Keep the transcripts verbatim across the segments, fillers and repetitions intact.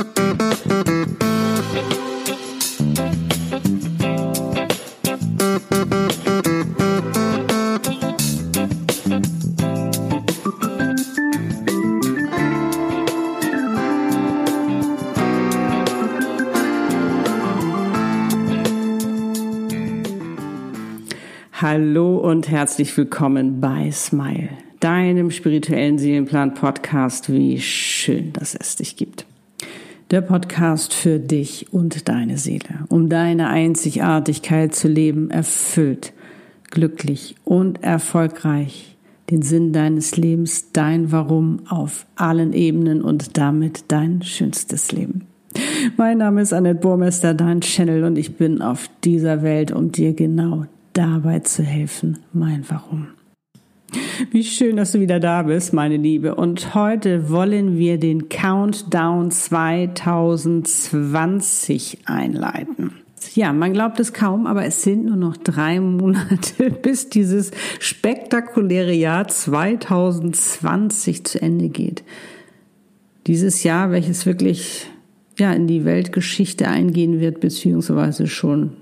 Hallo und herzlich willkommen bei Smile, deinem spirituellen Seelenplan-Podcast. Wie schön, dass es dich gibt. Der Podcast für dich und deine Seele, um deine Einzigartigkeit zu leben, erfüllt, glücklich und erfolgreich, den Sinn deines Lebens, dein Warum auf allen Ebenen und damit dein schönstes Leben. Mein Name ist Annette Burmester, dein Channel, und ich bin auf dieser Welt, um dir genau dabei zu helfen, mein Warum. Wie schön, dass du wieder da bist, meine Liebe. Und heute wollen wir den Countdown zwanzig zwanzig einleiten. Ja, man glaubt es kaum, aber es sind nur noch drei Monate, bis dieses spektakuläre Jahr zwanzig zwanzig zu Ende geht. Dieses Jahr, welches wirklich ja in die Weltgeschichte eingehen wird, beziehungsweise schon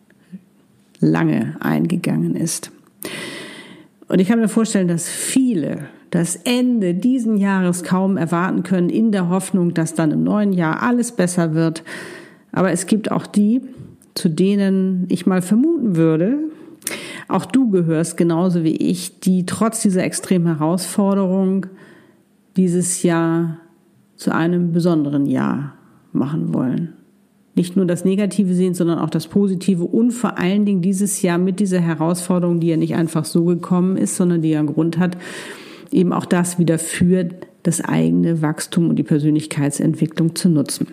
lange eingegangen ist. Und ich kann mir vorstellen, dass viele das Ende diesen Jahres kaum erwarten können, in der Hoffnung, dass dann im neuen Jahr alles besser wird. Aber es gibt auch die, zu denen ich mal vermuten würde, auch du gehörst genauso wie ich, die trotz dieser extremen Herausforderung dieses Jahr zu einem besonderen Jahr machen wollen. Nicht nur das Negative sehen, sondern auch das Positive und vor allen Dingen dieses Jahr mit dieser Herausforderung, die ja nicht einfach so gekommen ist, sondern die ja einen Grund hat, eben auch das wieder für das eigene Wachstum und die Persönlichkeitsentwicklung zu nutzen.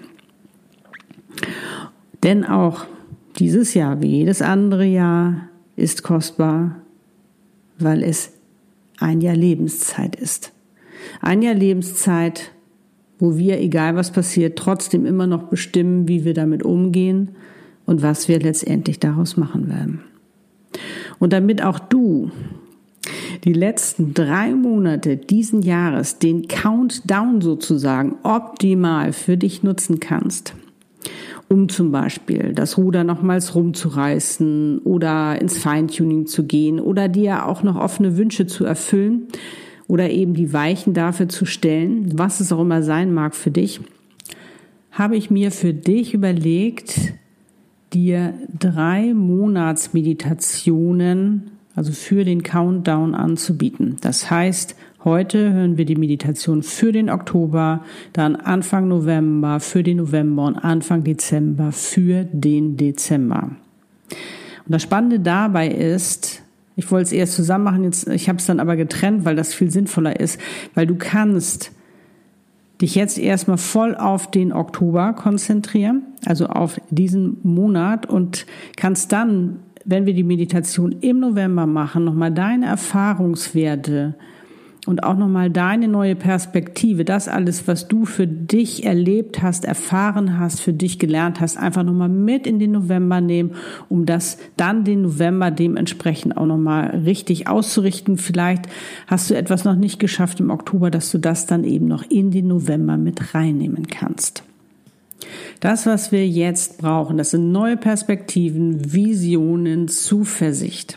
Denn auch dieses Jahr, wie jedes andere Jahr, ist kostbar, weil es ein Jahr Lebenszeit ist. Ein Jahr Lebenszeit, wo wir, egal was passiert, trotzdem immer noch bestimmen, wie wir damit umgehen und was wir letztendlich daraus machen werden. Und damit auch du die letzten drei Monate diesen Jahres, den Countdown sozusagen, optimal für dich nutzen kannst, um zum Beispiel das Ruder nochmals rumzureißen oder ins Feintuning zu gehen oder dir auch noch offene Wünsche zu erfüllen, oder eben die Weichen dafür zu stellen, was es auch immer sein mag für dich, habe ich mir für dich überlegt, dir drei Monatsmeditationen, also für den Countdown anzubieten. Das heißt, heute hören wir die Meditation für den Oktober, dann Anfang November für den November und Anfang Dezember für den Dezember. Und das Spannende dabei ist, ich wollte es erst zusammen machen, jetzt, ich habe es dann aber getrennt, weil das viel sinnvoller ist, weil du kannst dich jetzt erstmal voll auf den Oktober konzentrieren, also auf diesen Monat, und kannst dann, wenn wir die Meditation im November machen, nochmal deine Erfahrungswerte und auch nochmal deine neue Perspektive, das alles, was du für dich erlebt hast, erfahren hast, für dich gelernt hast, einfach nochmal mit in den November nehmen, um das dann den November dementsprechend auch nochmal richtig auszurichten. Vielleicht hast du etwas noch nicht geschafft im Oktober, dass du das dann eben noch in den November mit reinnehmen kannst. Das, was wir jetzt brauchen, das sind neue Perspektiven, Visionen, Zuversicht.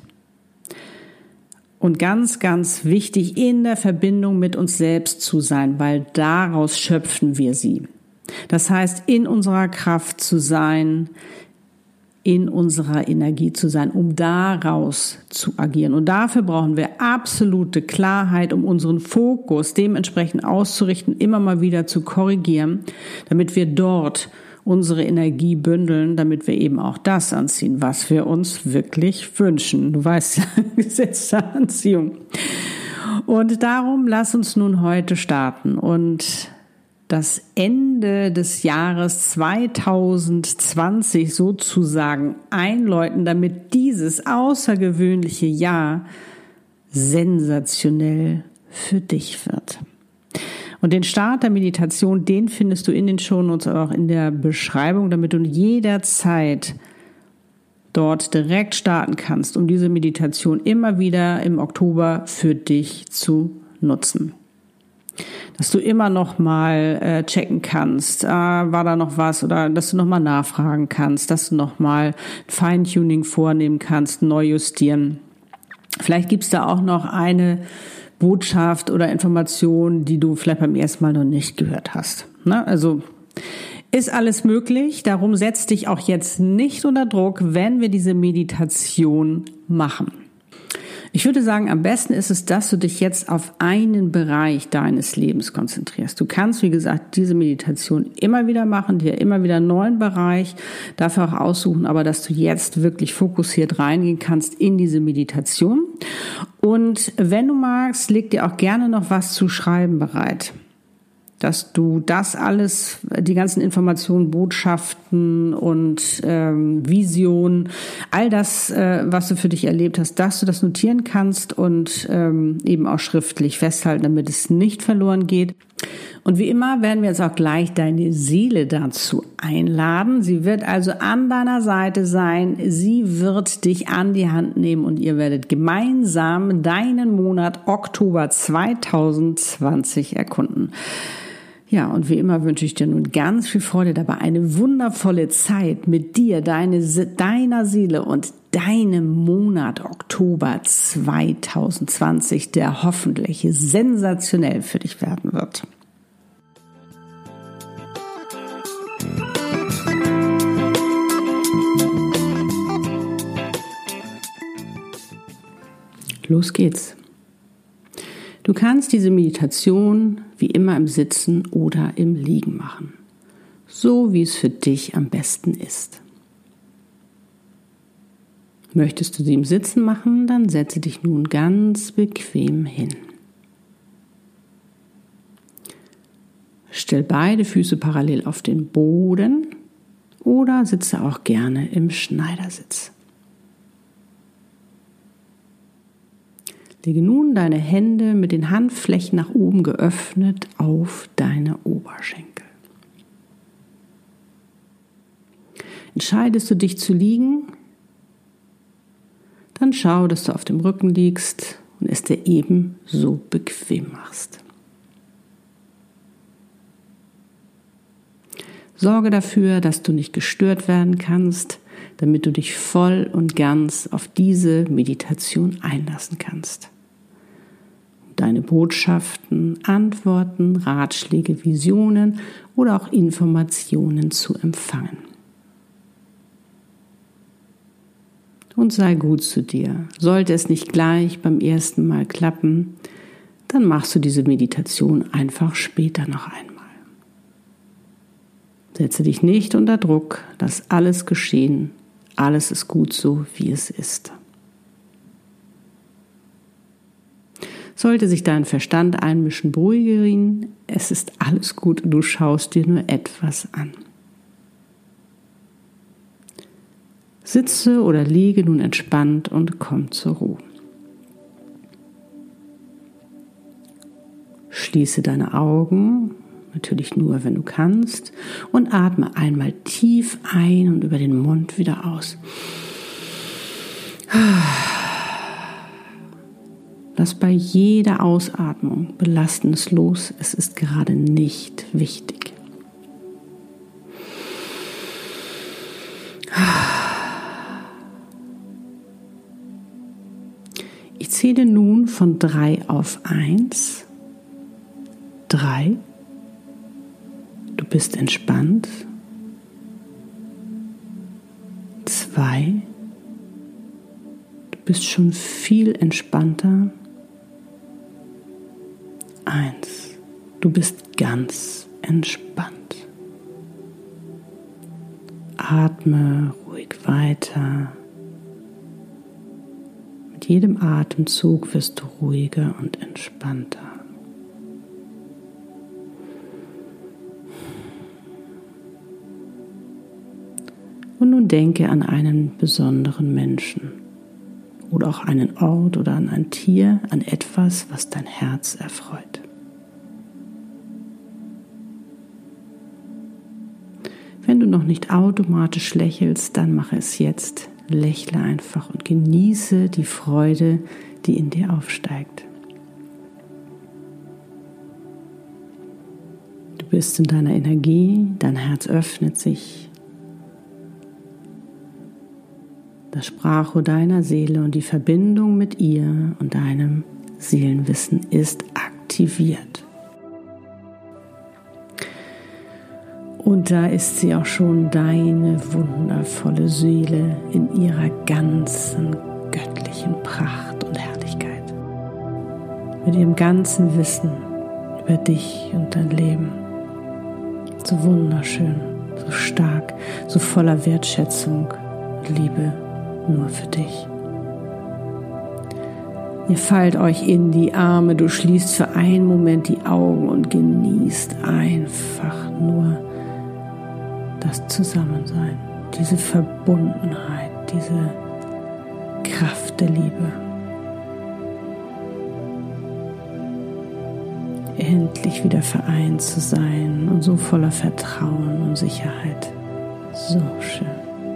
Und ganz, ganz wichtig, in der Verbindung mit uns selbst zu sein, weil daraus schöpfen wir sie. Das heißt, in unserer Kraft zu sein, in unserer Energie zu sein, um daraus zu agieren. Und dafür brauchen wir absolute Klarheit, um unseren Fokus dementsprechend auszurichten, immer mal wieder zu korrigieren, damit wir dort unsere Energie bündeln, damit wir eben auch das anziehen, was wir uns wirklich wünschen. Du weißt ja, Gesetz der Anziehung. Und darum lass uns nun heute starten und das Ende des Jahres zwanzig zwanzig sozusagen einläuten, damit dieses außergewöhnliche Jahr sensationell für dich wird. Und den Start der Meditation, den findest du in den Shownotes oder auch in der Beschreibung, damit du jederzeit dort direkt starten kannst, um diese Meditation immer wieder im Oktober für dich zu nutzen. Dass du immer noch mal äh, checken kannst, äh, war da noch was, oder dass du noch mal nachfragen kannst, dass du noch mal Feintuning vornehmen kannst, neu justieren. Vielleicht gibt's da auch noch eine Botschaft oder Information, die du vielleicht beim ersten Mal noch nicht gehört hast. Ne? Also ist alles möglich. Darum setz dich auch jetzt nicht unter Druck, wenn wir diese Meditation machen. Ich würde sagen, am besten ist es, dass du dich jetzt auf einen Bereich deines Lebens konzentrierst. Du kannst, wie gesagt, diese Meditation immer wieder machen, dir immer wieder einen neuen Bereich dafür auch aussuchen, aber dass du jetzt wirklich fokussiert reingehen kannst in diese Meditation. Und wenn du magst, leg dir auch gerne noch was zu schreiben bereit. Dass du das alles, die ganzen Informationen, Botschaften und ähm, Visionen, all das, äh, was du für dich erlebt hast, dass du das notieren kannst und ähm, eben auch schriftlich festhalten, damit es nicht verloren geht. Und wie immer werden wir jetzt auch gleich deine Seele dazu einladen. Sie wird also an deiner Seite sein. Sie wird dich an die Hand nehmen und ihr werdet gemeinsam deinen Monat Oktober zweitausendzwanzig erkunden. Ja, und wie immer wünsche ich dir nun ganz viel Freude dabei, eine wundervolle Zeit mit dir, deine, deiner Seele und deinem Monat Oktober zweitausendzwanzig, der hoffentlich sensationell für dich werden wird. Los geht's. Du kannst diese Meditation wie immer im Sitzen oder im Liegen machen, so wie es für dich am besten ist. Möchtest du sie im Sitzen machen, dann setze dich nun ganz bequem hin. Stell beide Füße parallel auf den Boden oder sitze auch gerne im Schneidersitz. Lege nun deine Hände mit den Handflächen nach oben geöffnet auf deine Oberschenkel. Entscheidest du dich zu liegen, dann schau, dass du auf dem Rücken liegst und es dir ebenso bequem machst. Sorge dafür, dass du nicht gestört werden kannst, damit du dich voll und ganz auf diese Meditation einlassen kannst. Deine Botschaften, Antworten, Ratschläge, Visionen oder auch Informationen zu empfangen. Und sei gut zu dir. Sollte es nicht gleich beim ersten Mal klappen, dann machst du diese Meditation einfach später noch einmal. Setze dich nicht unter Druck, lass alles geschehen. Alles ist gut so, wie es ist. Sollte sich dein Verstand einmischen, beruhige ihn. Es ist alles gut, du schaust dir nur etwas an. Sitze oder liege nun entspannt und komm zur Ruhe. Schließe deine Augen, natürlich nur, wenn du kannst, und atme einmal tief ein und über den Mund wieder aus. Lass bei jeder Ausatmung Belastendes los. Es ist gerade nicht wichtig. Ich zähle nun von drei auf eins. Drei. Du bist entspannt. Zwei. Du bist schon viel entspannter. Eins. Du bist ganz entspannt. Atme ruhig weiter. Mit jedem Atemzug wirst du ruhiger und entspannter. Und nun denke an einen besonderen Menschen oder auch einen Ort oder an ein Tier, an etwas, was dein Herz erfreut. Wenn du noch nicht automatisch lächelst, dann mache es jetzt. Lächle einfach und genieße die Freude, die in dir aufsteigt. bist in deiner Energie, dein Herz öffnet sich. Das Sprachrohr deiner Seele und die Verbindung mit ihr und deinem Seelenwissen ist aktiviert. Und da ist sie auch schon, deine wundervolle Seele in ihrer ganzen göttlichen Pracht und Herrlichkeit. Mit ihrem ganzen Wissen über dich und dein Leben. So wunderschön, so stark, so voller Wertschätzung und Liebe nur für dich. Ihr fallt euch in die Arme, du schließt für einen Moment die Augen und genießt einfach nur das Zusammensein, diese Verbundenheit, diese Kraft der Liebe. Endlich wieder vereint zu sein und so voller Vertrauen und Sicherheit. So schön.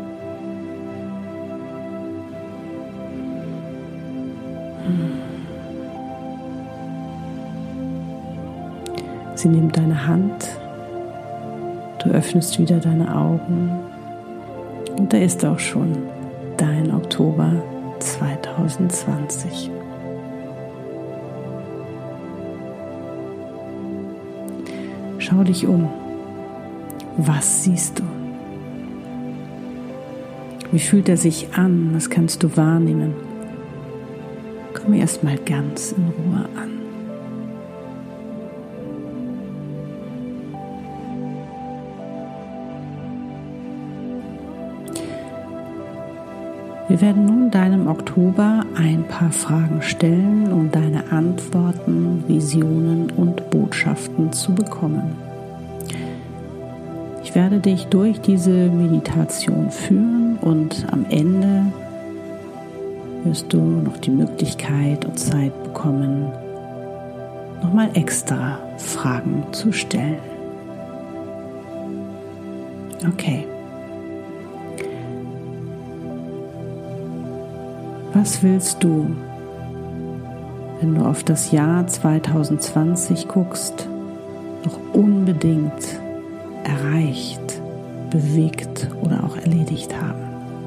Sie nimmt deine Hand, du öffnest wieder deine Augen und da ist auch schon dein Oktober zwanzig zwanzig. Schau dich um. Was siehst du? Wie fühlt er sich an? Was kannst du wahrnehmen? Komm erst mal ganz in Ruhe an. Wir werden nun deinem Oktober ein paar Fragen stellen, um deine Antworten, Visionen und Botschaften zu bekommen. Ich werde dich durch diese Meditation führen und am Ende wirst du noch die Möglichkeit und Zeit bekommen, nochmal extra Fragen zu stellen. Okay. Was willst du, wenn du auf das Jahr zwanzig zwanzig guckst, noch unbedingt erreicht, bewegt oder auch erledigt haben?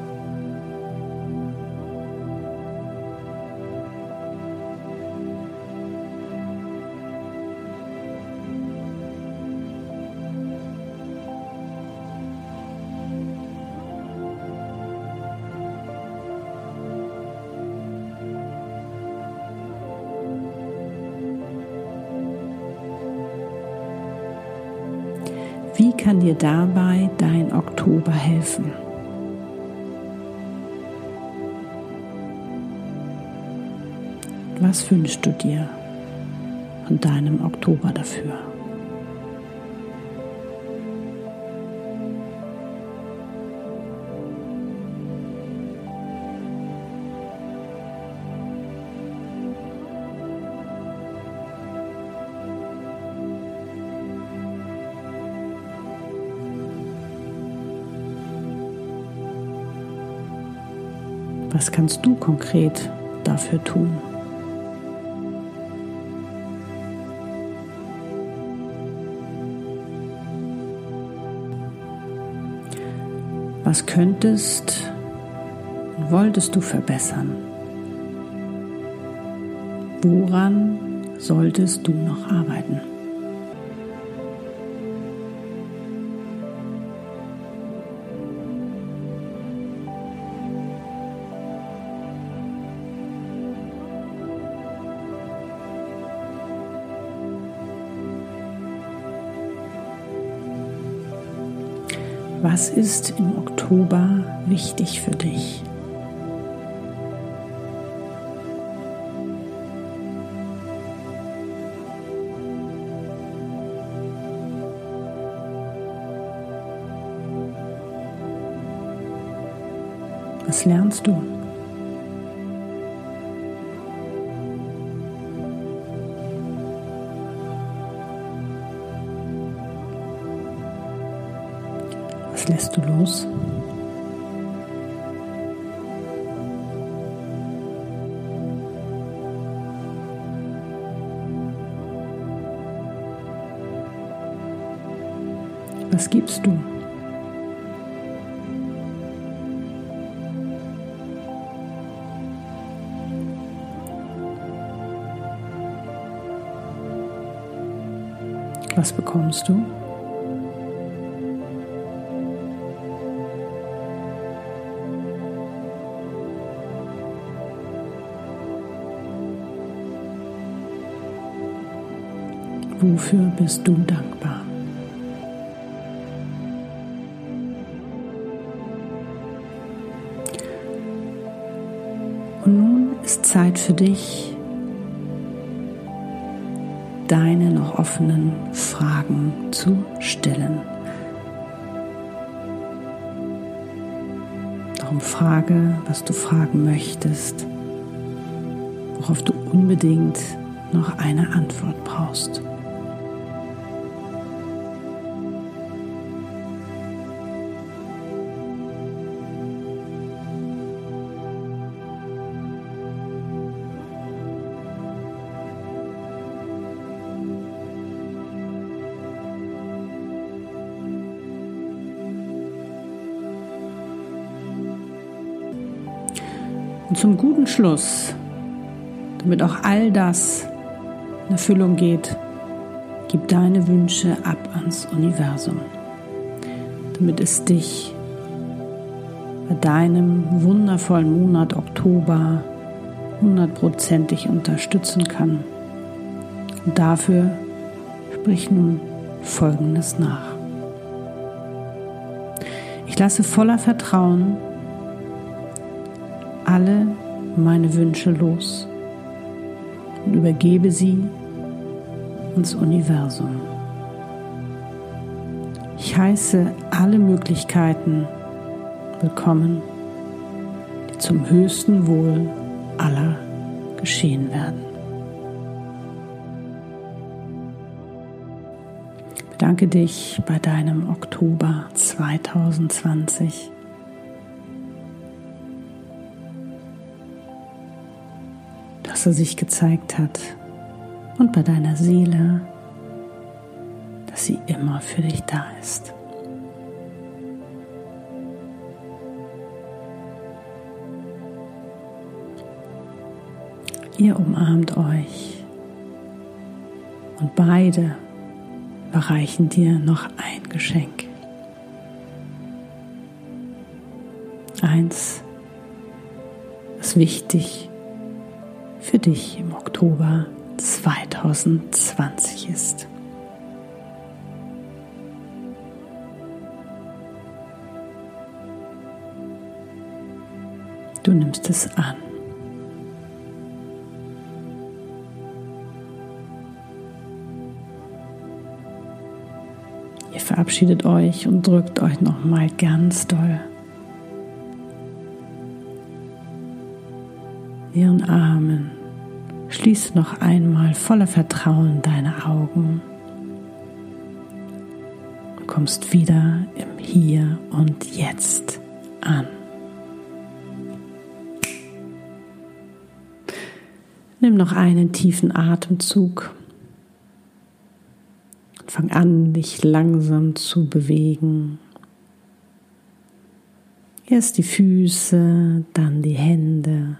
Wie kann dir dabei dein Oktober helfen? Was wünschst du dir von deinem Oktober dafür? Was kannst du konkret dafür tun? Was könntest und wolltest du verbessern? Woran solltest du noch arbeiten? Was ist im Oktober wichtig für dich? Was lernst du? Was lässt du los? Was gibst du? Was bekommst du? Wofür bist du dankbar? Und nun ist Zeit für dich, deine noch offenen Fragen zu stellen. Darum frage, was du fragen möchtest, worauf du unbedingt noch eine Antwort brauchst. Und zum guten Schluss, damit auch all das in Erfüllung geht, gib deine Wünsche ab ans Universum, damit es dich bei deinem wundervollen Monat Oktober hundertprozentig unterstützen kann. Und dafür sprich nun Folgendes nach. Ich lasse voller Vertrauen alle meine Wünsche los und übergebe sie ins Universum. Ich heiße alle Möglichkeiten willkommen, die zum höchsten Wohl aller geschehen werden. Bedanke dich bei deinem Oktober zweitausendzwanzig. Dass er sich gezeigt hat, und bei deiner Seele, dass sie immer für dich da ist. Ihr umarmt euch und beide überreichen dir noch ein Geschenk. Eins, was wichtig für dich im Oktober zweitausendzwanzig ist. Du nimmst es an. Ihr verabschiedet euch und drückt euch noch mal ganz doll. Ihren Armen. Schließe noch einmal voller Vertrauen deine Augen und kommst wieder im Hier und Jetzt an. Nimm noch einen tiefen Atemzug und fang an, dich langsam zu bewegen. Erst die Füße, dann die Hände.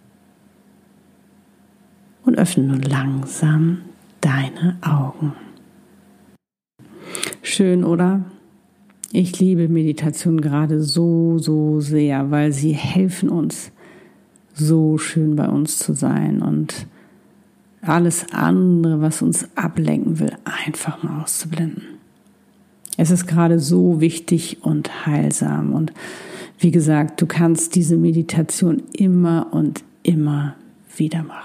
Und öffne nun langsam deine Augen. Schön, oder? Ich liebe Meditation gerade so, so sehr, weil sie helfen uns, so schön bei uns zu sein und alles andere, was uns ablenken will, einfach mal auszublenden. Es ist gerade so wichtig und heilsam. Und wie gesagt, du kannst diese Meditation immer und immer wieder machen.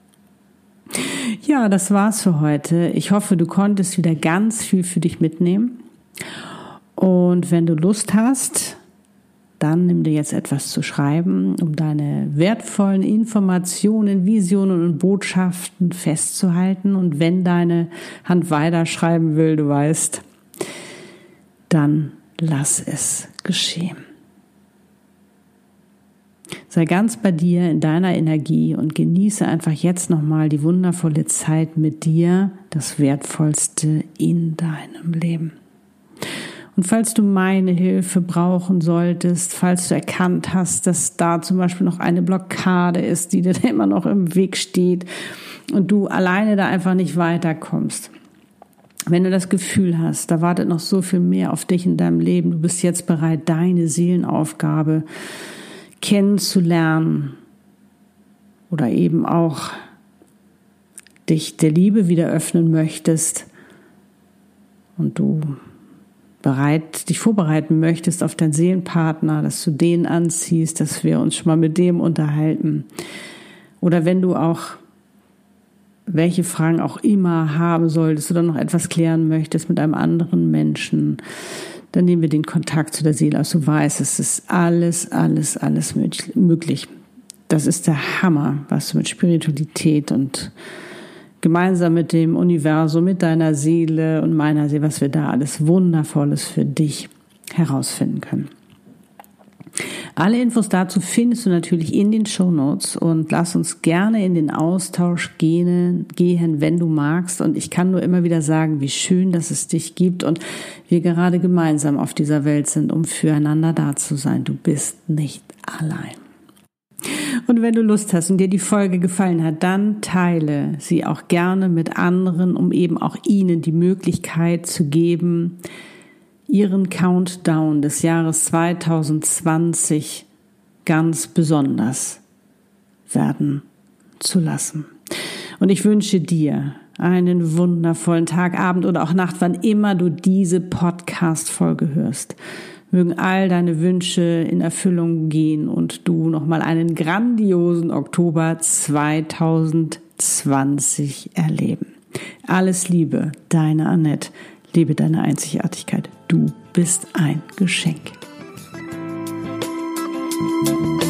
Ja, das war's für heute. Ich hoffe, du konntest wieder ganz viel für dich mitnehmen. Und wenn du Lust hast, dann nimm dir jetzt etwas zu schreiben, um deine wertvollen Informationen, Visionen und Botschaften festzuhalten. Und wenn deine Hand weiterschreiben will, du weißt, dann lass es geschehen. Sei ganz bei dir in deiner Energie und genieße einfach jetzt nochmal die wundervolle Zeit mit dir, das Wertvollste in deinem Leben. Und falls du meine Hilfe brauchen solltest, falls du erkannt hast, dass da zum Beispiel noch eine Blockade ist, die dir immer noch im Weg steht und du alleine da einfach nicht weiterkommst, wenn du das Gefühl hast, da wartet noch so viel mehr auf dich in deinem Leben, du bist jetzt bereit, deine Seelenaufgabe kennenzulernen oder eben auch dich der Liebe wieder öffnen möchtest und du bereit, dich vorbereiten möchtest auf deinen Seelenpartner, dass du den anziehst, dass wir uns schon mal mit dem unterhalten. Oder wenn du auch welche Fragen auch immer haben solltest oder noch etwas klären möchtest mit einem anderen Menschen, dann nehmen wir den Kontakt zu der Seele aus. Du weißt, es ist alles, alles, alles möglich. Das ist der Hammer, was du mit Spiritualität und gemeinsam mit dem Universum, mit deiner Seele und meiner Seele, was wir da alles Wundervolles für dich herausfinden können. Alle Infos dazu findest du natürlich in den Shownotes und lass uns gerne in den Austausch gehen, gehen, wenn du magst. Und ich kann nur immer wieder sagen, wie schön, dass es dich gibt und wir gerade gemeinsam auf dieser Welt sind, um füreinander da zu sein. Du bist nicht allein. Und wenn du Lust hast und dir die Folge gefallen hat, dann teile sie auch gerne mit anderen, um eben auch ihnen die Möglichkeit zu geben, ihren Countdown des Jahres zwanzig zwanzig ganz besonders werden zu lassen. Und ich wünsche dir einen wundervollen Tag, Abend oder auch Nacht, wann immer du diese Podcast-Folge hörst. Mögen all deine Wünsche in Erfüllung gehen und du nochmal einen grandiosen Oktober zwanzig zwanzig erleben. Alles Liebe, deine Annette. Lebe deine Einzigartigkeit. Du bist ein Geschenk.